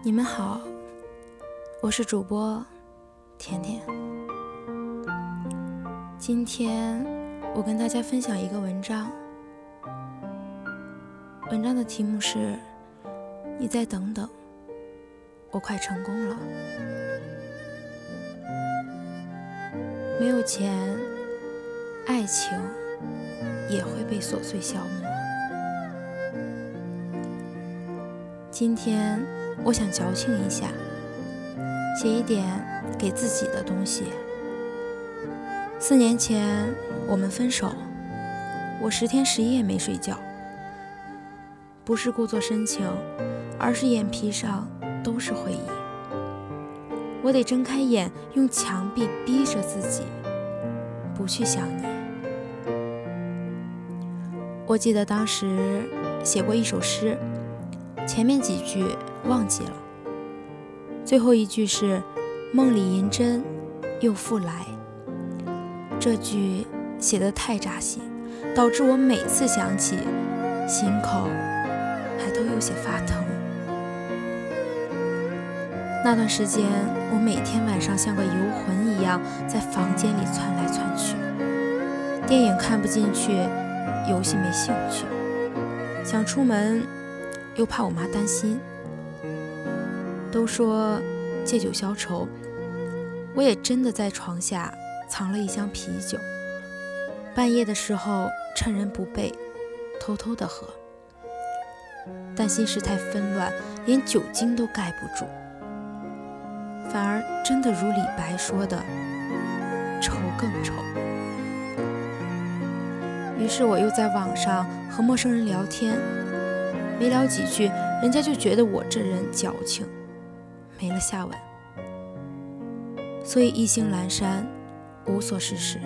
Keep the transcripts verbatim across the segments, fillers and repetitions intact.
你们好，我是主播甜甜。今天我跟大家分享一个文章，文章的题目是你再等等，我快成功了。没有钱，爱情也会被琐碎消磨。今天我想矫情一下，写一点给自己的东西。四年前我们分手，我十天十夜没睡觉，不是故作深情，而是眼皮上都是回忆。我得睁开眼，用墙壁逼着自己不去想你。我记得当时写过一首诗，前面几句忘记了，最后一句是梦里银针又复来。这句写得太扎心，导致我每次想起，心口还都有些发疼。那段时间，我每天晚上像个游魂一样在房间里窜来窜去，电影看不进去，游戏没兴趣，想出门又怕我妈担心。都说借酒消愁，我也真的在床下藏了一箱啤酒，半夜的时候趁人不备偷偷的喝，但心事太纷乱，连酒精都盖不住，反而真的如李白说的愁更愁。于是我又在网上和陌生人聊天，没聊几句，人家就觉得我这人矫情，没了下文。所以意兴阑珊，无所事事。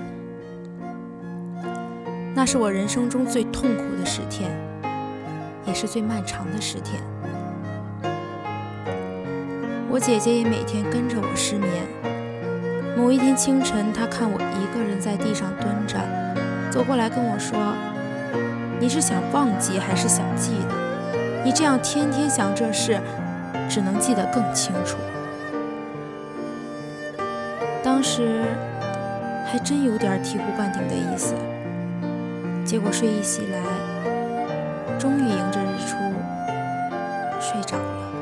那是我人生中最痛苦的十天，也是最漫长的十天。我姐姐也每天跟着我失眠。某一天清晨，她看我一个人在地上蹲着，走过来跟我说：“你是想忘记还是想记得？你这样天天想这事，只能记得更清楚。”当时还真有点醍醐灌顶的意思。结果睡意袭来，终于迎着日出睡着了。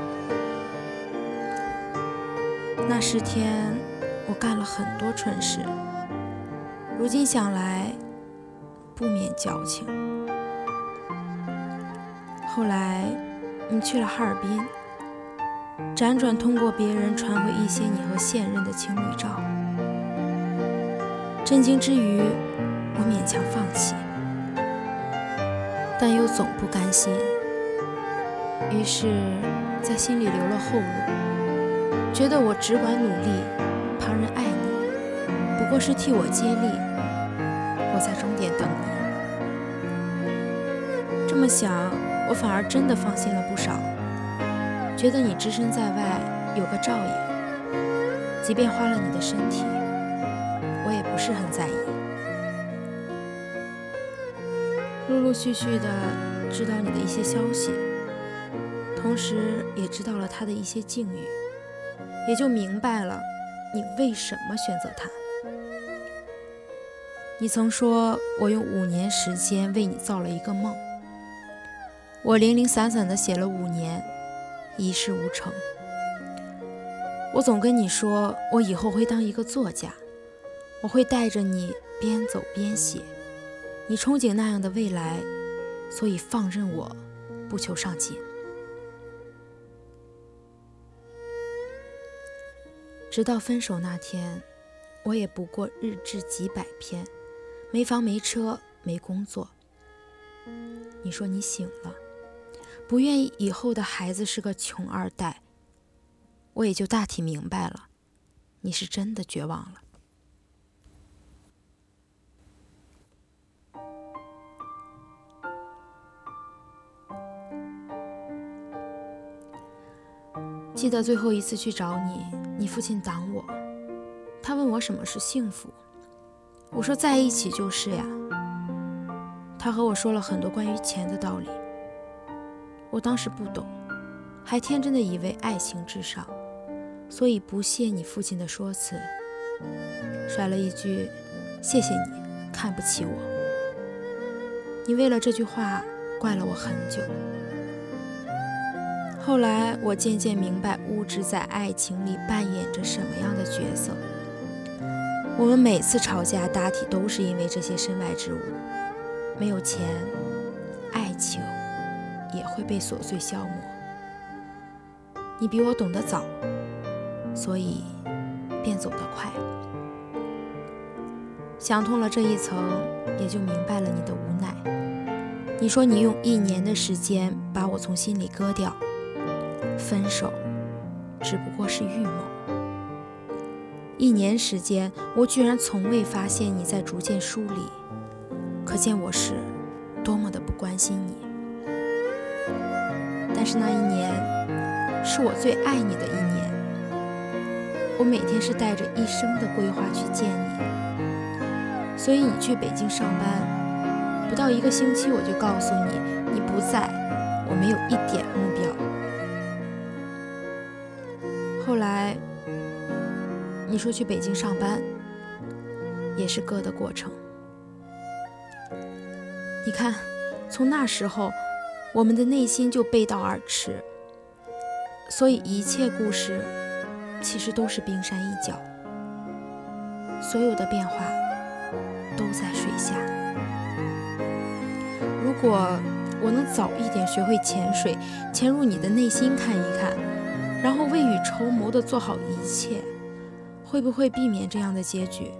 那十天我干了很多蠢事，如今想来不免矫情。后来你去了哈尔滨，辗转通过别人传回一些你和现任的情侣照，震惊之余我勉强放弃，但又总不甘心，于是在心里留了后路，觉得我只管努力，旁人爱你不过是替我接力，我在终点等你。这么想，我反而真的放心了不少，觉得你只身在外有个照应，即便花了你的身体，我也不是很在意。陆陆续续的知道你的一些消息，同时也知道了他的一些境遇，也就明白了你为什么选择他。你曾说我用五年时间为你造了一个梦，我零零散散的写了五年，一事无成。我总跟你说我以后会当一个作家，我会带着你边走边写，你憧憬那样的未来，所以放任我不求上进。直到分手那天，我也不过日志几百篇，没房没车没工作。你说你醒了，不愿意以后的孩子是个穷二代，我也就大体明白了，你是真的绝望了。记得最后一次去找你，你父亲挡我，他问我什么是幸福，我说在一起就是呀。他和我说了很多关于钱的道理，我当时不懂， 还天真的以为爱情至上，所以不屑你父亲的说辞，甩了一句谢谢你看不起我。你为了这句话怪了我很久。后来我渐渐明白物质在爱情里扮演着什么样的角色。我们每次吵架大体都是因为这些身外之物，没有钱，爱情也会被琐碎消磨。你比我懂得早，所以便走得快。想通了这一层，也就明白了你的无奈。你说你用一年的时间把我从心里割掉，分手只不过是预谋。一年时间，我居然从未发现你在逐渐疏离，可见我是多么的不关心你。但是那一年是我最爱你的一年，我每天是带着一生的规划去见你。所以你去北京上班，不到一个星期我就告诉你，你不在，我没有一点目标。后来你说去北京上班，也是割的过程。你看，从那时候我们的内心就背道而驰，所以一切故事其实都是冰山一角，所有的变化都在水下。如果我能早一点学会潜水，潜入你的内心看一看，然后未雨绸缪地做好一切，会不会避免这样的结局？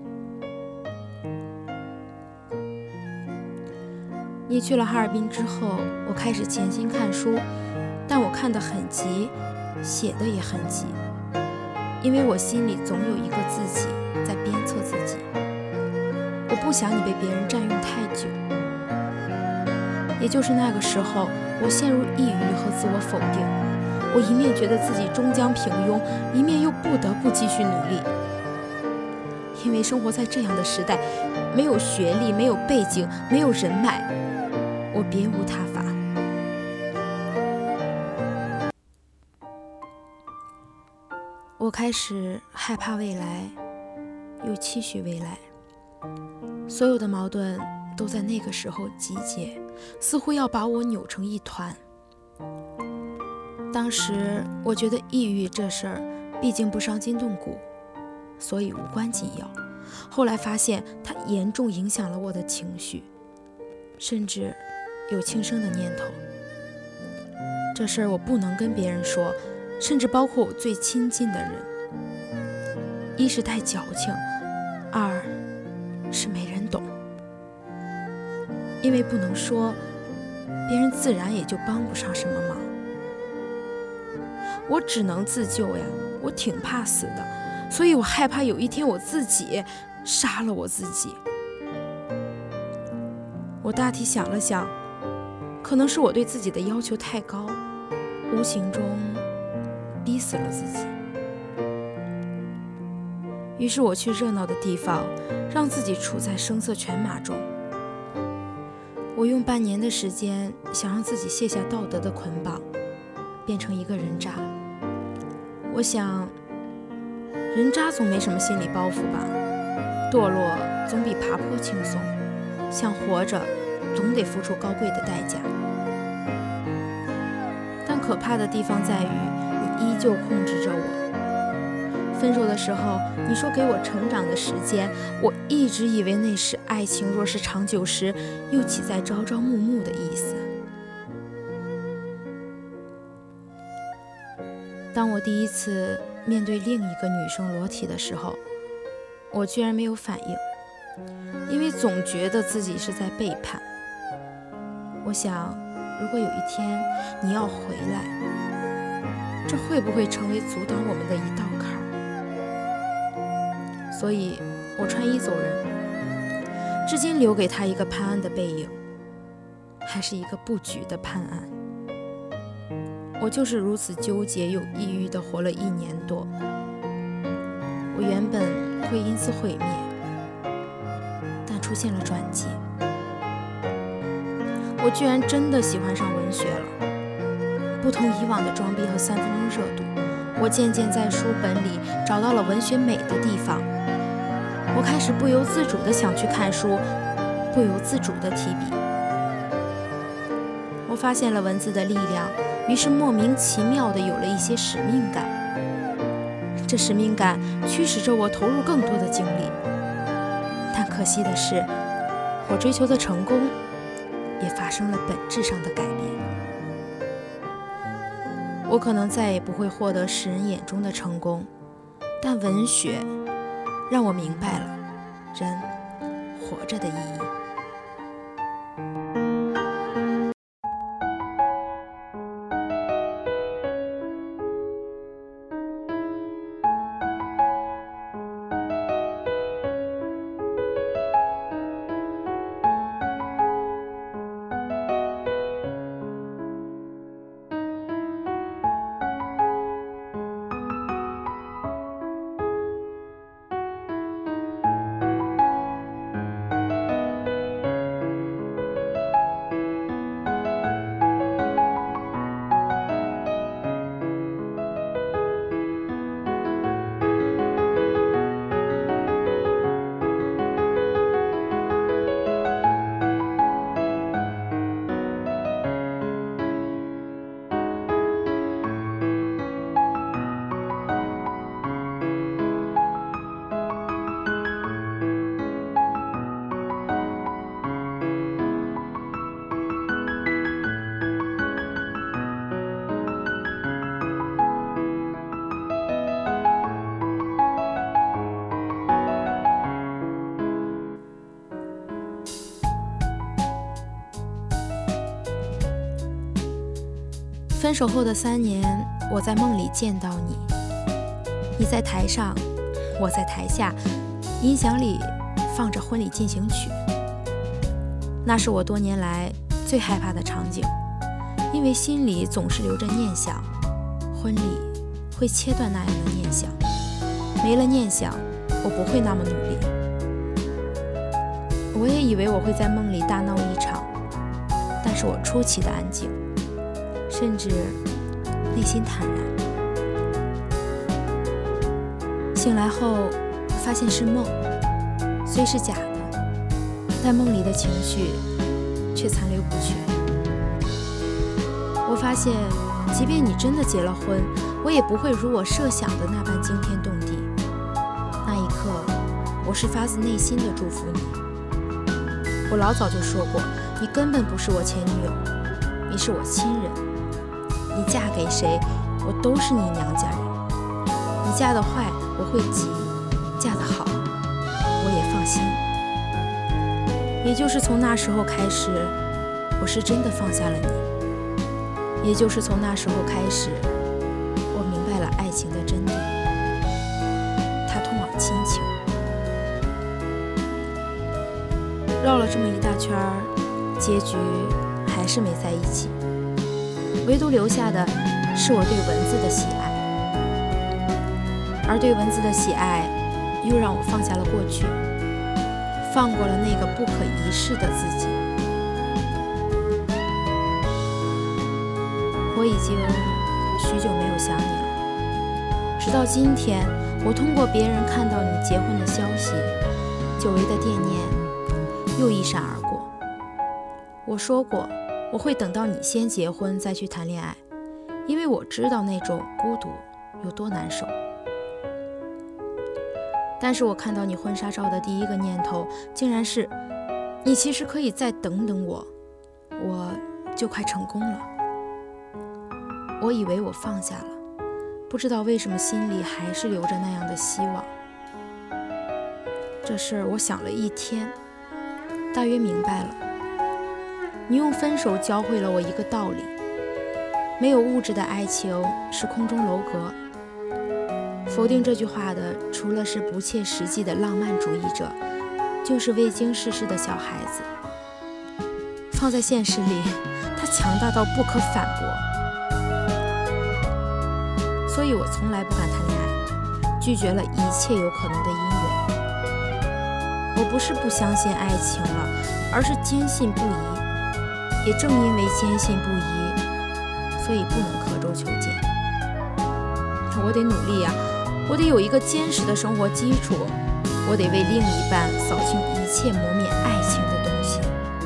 你去了哈尔滨之后，我开始潜心看书，但我看得很急，写的也很急，因为我心里总有一个自己在鞭策自己。我不想你被别人占用太久。也就是那个时候，我陷入抑郁和自我否定，我一面觉得自己终将平庸，一面又不得不继续努力。因为生活在这样的时代，没有学历，没有背景，没有人脉，我别无他法。我开始害怕未来，又期许未来。所有的矛盾都在那个时候集结，似乎要把我扭成一团。当时我觉得抑郁这事儿毕竟不伤筋动骨，所以无关紧要。后来发现它严重影响了我的情绪，甚至有轻生的念头。这事儿我不能跟别人说，甚至包括我最亲近的人。一是太矫情，二是没人懂。因为不能说，别人自然也就帮不上什么忙。我只能自救呀，我挺怕死的，所以我害怕有一天我自己杀了我自己。我大体想了想，可能是我对自己的要求太高，无形中逼死了自己。于是我去热闹的地方，让自己处在声色犬马中。我用半年的时间，想让自己卸下道德的捆绑，变成一个人渣。我想，人渣总没什么心理包袱吧，堕落总比爬坡轻松，想活着总得付出高贵的代价。但可怕的地方在于，你依旧控制着我。分手的时候，你说给我成长的时间，我一直以为那是爱情若是长久时，又岂在朝朝暮暮的意思。当我第一次面对另一个女生裸体的时候，我居然没有反应，因为总觉得自己是在背叛。我想，如果有一天你要回来，这会不会成为阻挡我们的一道坎儿？所以我穿衣走人，至今留给他一个潘安的背影，还是一个不举的潘安。我就是如此纠结又抑郁地活了一年多。我原本会因此毁灭，但出现了转机。我居然真的喜欢上文学了， 不同以往的装逼和三分钟热度，我渐渐在书本里找到了文学美的地方。我开始不由自主地想去看书，不由自主地提笔。我发现了文字的力量，于是莫名其妙地有了一些使命感。这使命感驱使着我投入更多的精力，但可惜的是，我追求的成功也发生了本质上的改变。我可能再也不会获得世人眼中的成功，但文学让我明白了人活着的意义。分手后的三年，我在梦里见到你，你在台上，我在台下，音响里放着婚礼进行曲。那是我多年来最害怕的场景，因为心里总是留着念想，婚礼会切断那样的念想，没了念想，我不会那么努力。我也以为我会在梦里大闹一场，但是我出奇的安静，甚至内心坦然。醒来后发现是梦，虽是假的，但梦里的情绪却残留不全。我发现即便你真的结了婚，我也不会如我设想的那般惊天动地。那一刻，我是发自内心的祝福你。我老早就说过，你根本不是我前女友，你是我亲人。你嫁给谁，我都是你娘家人。你嫁得坏，我会急；嫁得好，我也放心。也就是从那时候开始，我是真的放下了你。也就是从那时候开始，我明白了爱情的真谛，它通往亲情。绕了这么一大圈儿，结局还是没在一起，唯独留下的是我对文字的喜爱，而对文字的喜爱又让我放下了过去，放过了那个不可一世的自己。我已经许久没有想你了，直到今天，我通过别人看到你结婚的消息，久违的惦念又一闪而过。我说过，我会等到你先结婚再去谈恋爱，因为我知道那种孤独有多难受。但是我看到你婚纱照的第一个念头，竟然是你其实可以再等等我，我就快成功了。我以为我放下了，不知道为什么心里还是留着那样的希望。这事儿我想了一天，大约明白了。你用分手教会了我一个道理：没有物质的爱情是空中楼阁。否定这句话的，除了是不切实际的浪漫主义者，就是未经世事的小孩子。放在现实里，它强大到不可反驳。所以我从来不敢谈恋爱，拒绝了一切有可能的姻缘。我不是不相信爱情了，而是坚信不疑。也正因为坚信不疑，所所以不能刻舟求剑。我得努力呀、啊，我得有一个坚实的生活基础，我得为另一半扫清一切磨灭爱情的东西。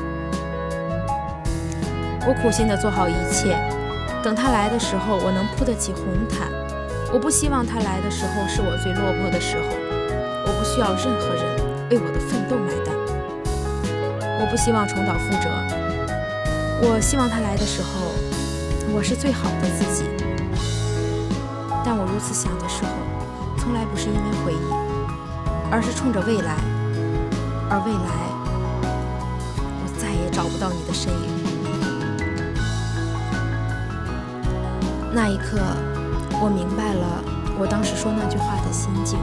我苦心地做好一切，等他来的时候，我能铺得起红毯。我不希望他来的时候是我最落魄的时候，我不需要任何人为我的奋斗买单，我不希望重蹈覆辙。我希望他来的时候，我是最好的自己。但我如此想的时候，从来不是因为回忆，而是冲着未来，而未来，我再也找不到你的身影。那一刻，我明白了我当时说那句话的心境。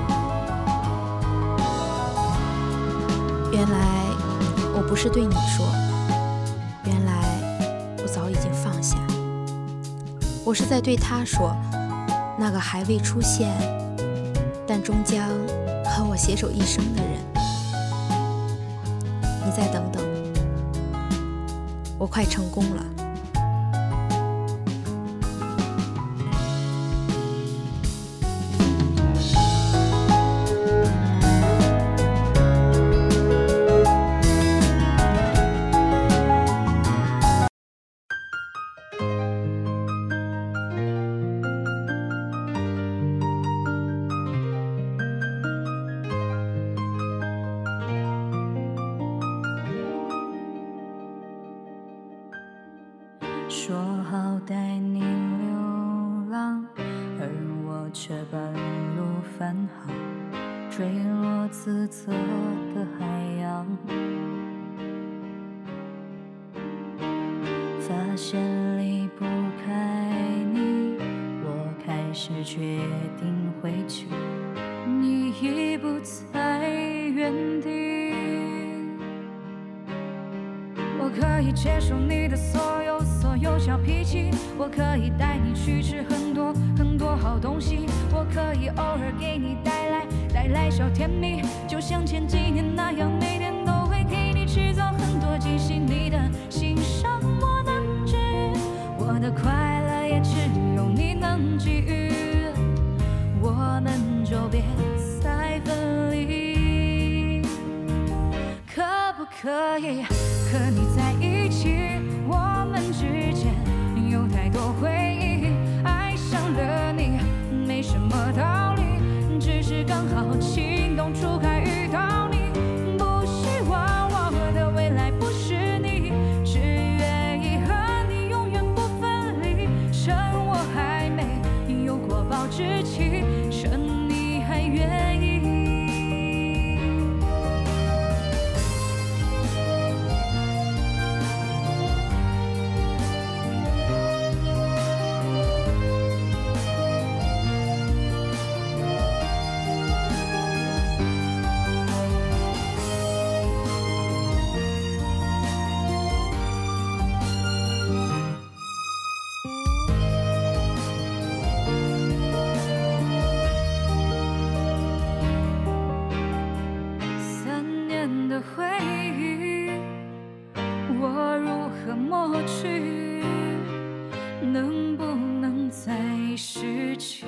原来我不是对你说，原来我早已经放下。我是在对他说，那个还未出现，但终将和我携手一生的人。你再等等，我快成功了。 说好带你流浪，而我却半路返航，坠落自责的海洋。发现离不开你，我开始决定回去，你已不在原地。我可以接受你的所有所有小脾气，我可以带你去吃很多很多好东西，我可以偶尔给你带来带来小甜蜜，就像前几年那样，每天都会给你制造很多惊喜。你的欣赏我能治愈，我的快乐也只有你能给予，我们就别再分离。可不可以和你在一起？我们之间有太多回忆，爱上了你没什么道理，只是刚好情窦初开遇到你。不希望我的未来不是你，只愿意和你永远不分离，趁我还没有过保质期，趁你还愿意。回忆，我如何抹去？能不能再拾起？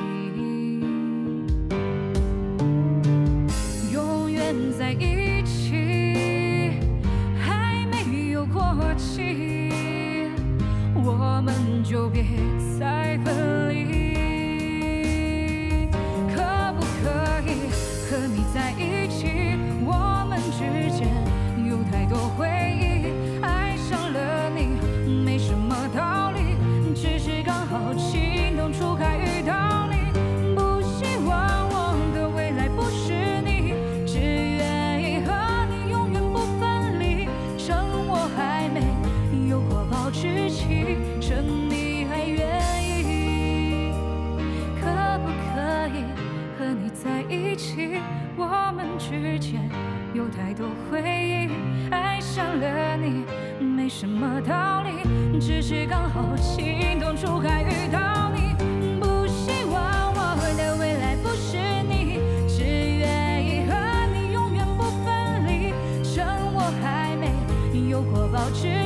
永远在一起，还没有过期，我们就别再分离。可不可以和你在一起？我们之间有太多回忆，爱上了你没什么道理，只是刚好情窦初开遇到你。不希望我的未来不是你，只愿意和你永远不分离，趁我还没有过保质期，趁你还愿意。可不可以和你在一起？我们之间有太多回忆，爱上了你没什么道理，只是刚好情窦初开遇到你。不希望我的未来不是你，只愿意和你永远不分离，趁我还没有过保质